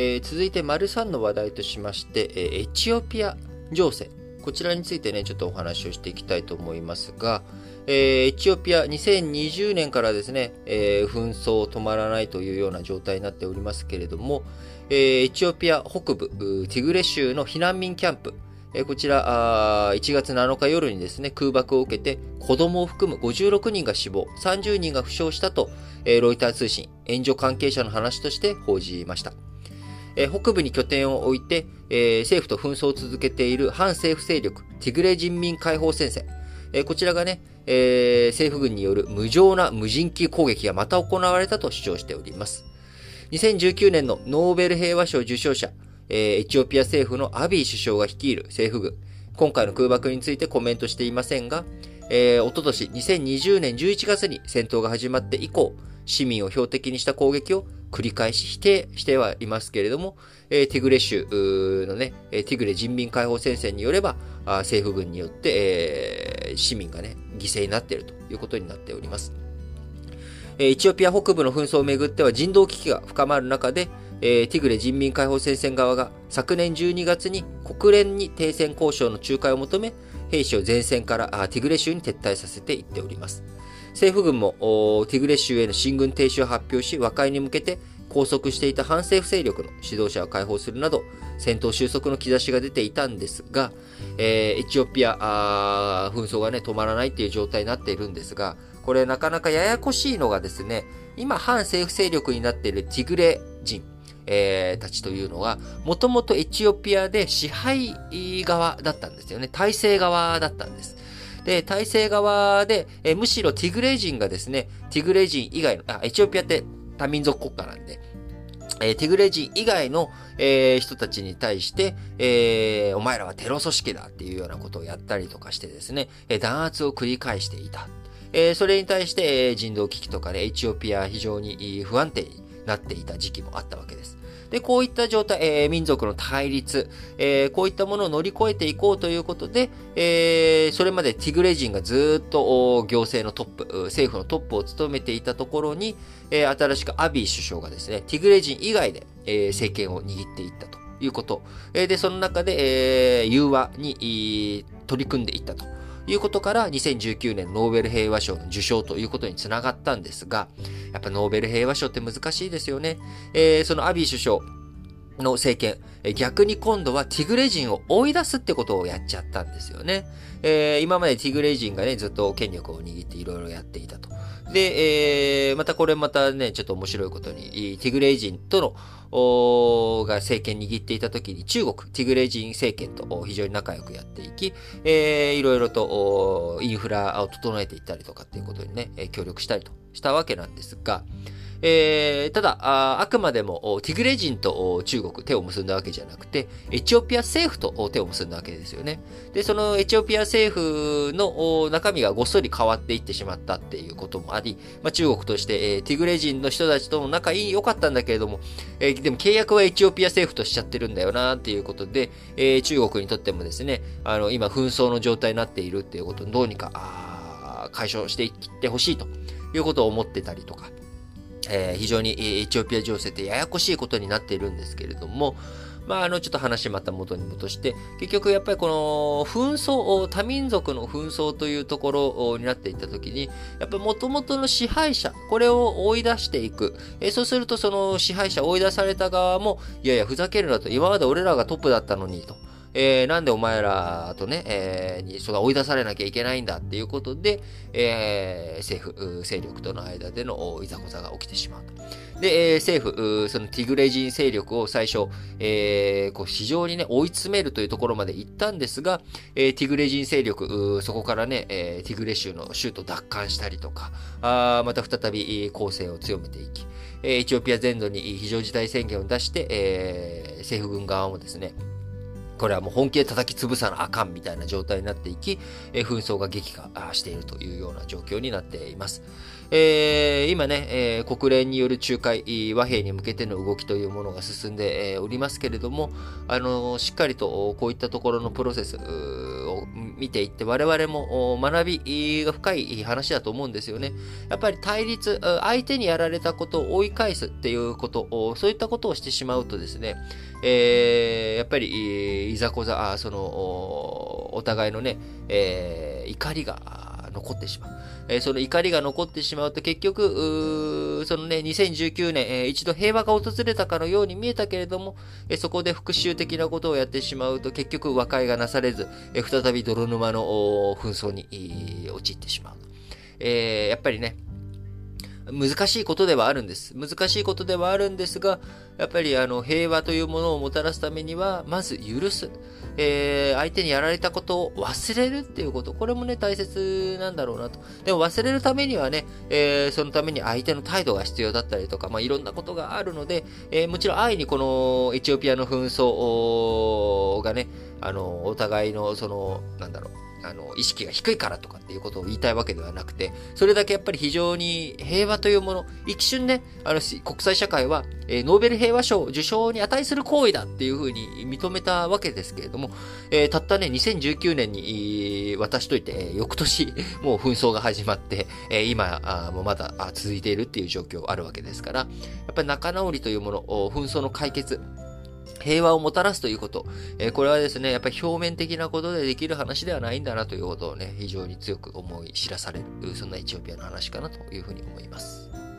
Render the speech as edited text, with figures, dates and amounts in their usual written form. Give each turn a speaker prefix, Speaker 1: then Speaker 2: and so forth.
Speaker 1: 続いて、丸3の話題としまして、エチオピア情勢。こちらについてね、ちょっとお話をしていきたいと思いますが、エチオピア2020年からですね、紛争止まらないというような状態になっておりますけれども、エチオピア北部ティグレ州の避難民キャンプ、こちら1月7日夜にですね、空爆を受けて子供を含む56人が死亡、30人が負傷したと、ロイター通信、援助関係者の話として報じました。北部に拠点を置いて、政府と紛争を続けている反政府勢力ティグレ人民解放戦線、こちらがね、政府軍による無情な無人機攻撃がまた行われたと主張しております。2019年のノーベル平和賞受賞者、エチオピア政府のアビー首相が率いる政府軍、今回の空爆についてコメントしていませんが、おととし2020年11月に戦闘が始まって以降、市民を標的にした攻撃を繰り返し否定してはいますけれども、ティグレ州のね、ティグレ人民解放戦線によれば、政府軍によって、市民がね、犠牲になっているということになっております。エチオピア北部の紛争をめぐっては人道危機が深まる中で、ティグレ人民解放戦線側が昨年12月に国連に停戦交渉の仲介を求め、兵士を前線からティグレ州に撤退させていっております。政府軍もティグレ州への進軍停止を発表し、和解に向けて拘束していた反政府勢力の指導者を解放するなど、戦闘収束の兆しが出ていたんですが、エチオピア紛争がね、止まらないっていう状態になっているんですが、これなかなかややこしいのがですね、今反政府勢力になっているティグレ人、たちというのは、もともとエチオピアで支配側だったんですよね。体制側だったんです。で、体制側で、むしろティグレ人がですね、ティグレ人以外の、エチオピアって多民族国家なんで、ティグレ人以外の、人たちに対して、お前らはテロ組織だっていうようなことをやったりとかしてですね、弾圧を繰り返していた。それに対して、人道危機とかでエチオピア非常に不安定になっていた時期もあったわけです。で、こういった状態、民族の対立、こういったものを乗り越えていこうということで、それまでティグレ人がずっと行政のトップ、政府のトップを務めていたところに、新しくアビー首相がですね、ティグレ人以外で、政権を握っていったということ。で、その中で、融和に取り組んでいったということから、2019年ノーベル平和賞の受賞ということにつながったんですが、やっぱノーベル平和賞って難しいですよね。そのアビー首相の政権、逆に今度はティグレ人を追い出すってことをやっちゃったんですよね。今までティグレ人がね、ずっと権力を握っていろいろやっていたと。で、またね、ちょっと面白いことに、ティグレ人とのが政権握っていた時に中国、ティグレ人政権と非常に仲良くやっていき、いろいろとインフラを整えていったりとかっていうことにね、協力したりとしたわけなんですが、ただあくまでもティグレ人と中国手を結んだわけじゃなくて、エチオピア政府と手を結んだわけですよね。で、そのエチオピア政府の中身がごっそり変わっていってしまったっていうこともあり、中国として、ティグレ人の人たちとも仲良かったんだけれども、でも契約はエチオピア政府としちゃってるんだよなっていうことで、中国にとってもですね、今紛争の状態になっているっていうことをどうにか解消していってほしいということを思ってたりとか、非常にエチオピア情勢ってややこしいことになっているんですけれども、ちょっと話また元に戻して、結局やっぱりこの紛争、多民族の紛争というところになっていったときに、やっぱり元々の支配者、これを追い出していく。そうするとその支配者追い出された側も、いやいやふざけるなと、今まで俺らがトップだったのにと。なんでお前らとね、その追い出されなきゃいけないんだっていうことで、政府、勢力との間でのいざこざが起きてしまうと。で、政府、そのティグレ人勢力を最初、非常にね、追い詰めるというところまで行ったんですが、ティグレ人勢力、そこからね、ティグレ州の州都奪還したりとか、また再び攻勢を強めていき、エチオピア全土に非常事態宣言を出して、政府軍側もですね、これはもう本気で叩き潰さなあかんみたいな状態になっていき、紛争が激化しているというような状況になっています。今ね、国連による仲介、和平に向けての動きというものが進んでおりますけれども、しっかりとこういったところのプロセスを見ていって我々も学びが深い話だと思うんですよね。やっぱり対立、相手にやられたことを追い返すっていうこと、そういったことをしてしまうとですね、やっぱりいざこざ、お互いのね、怒りが残ってしまう。その怒りが残ってしまうと結局、そのね、2019年、一度平和が訪れたかのように見えたけれども、そこで復讐的なことをやってしまうと結局和解がなされず、再び泥沼の紛争に陥ってしまう。やっぱりね、難しいことではあるんです。難しいことではあるんですが、やっぱり平和というものをもたらすためには、まず許す。相手にやられたことを忘れるっていうこと。これもね、大切なんだろうなと。でも忘れるためにはね、そのために相手の態度が必要だったりとか、いろんなことがあるので、もちろん安易にこのエチオピアの紛争がね、お互いの意識が低いからとかっていうことを言いたいわけではなくて、それだけやっぱり非常に平和というもの、一瞬ね、国際社会は、ノーベル平和賞受賞に値する行為だっていうふうに認めたわけですけれども、たったね、2019年に、私といて、翌年、もう紛争が始まって、今もまだ続いているっていう状況あるわけですから、やっぱり仲直りというもの、紛争の解決、平和をもたらすということ。これはですね、やっぱり表面的なことでできる話ではないんだなということをね、非常に強く思い知らされる、そんなエチオピアの話かなというふうに思います。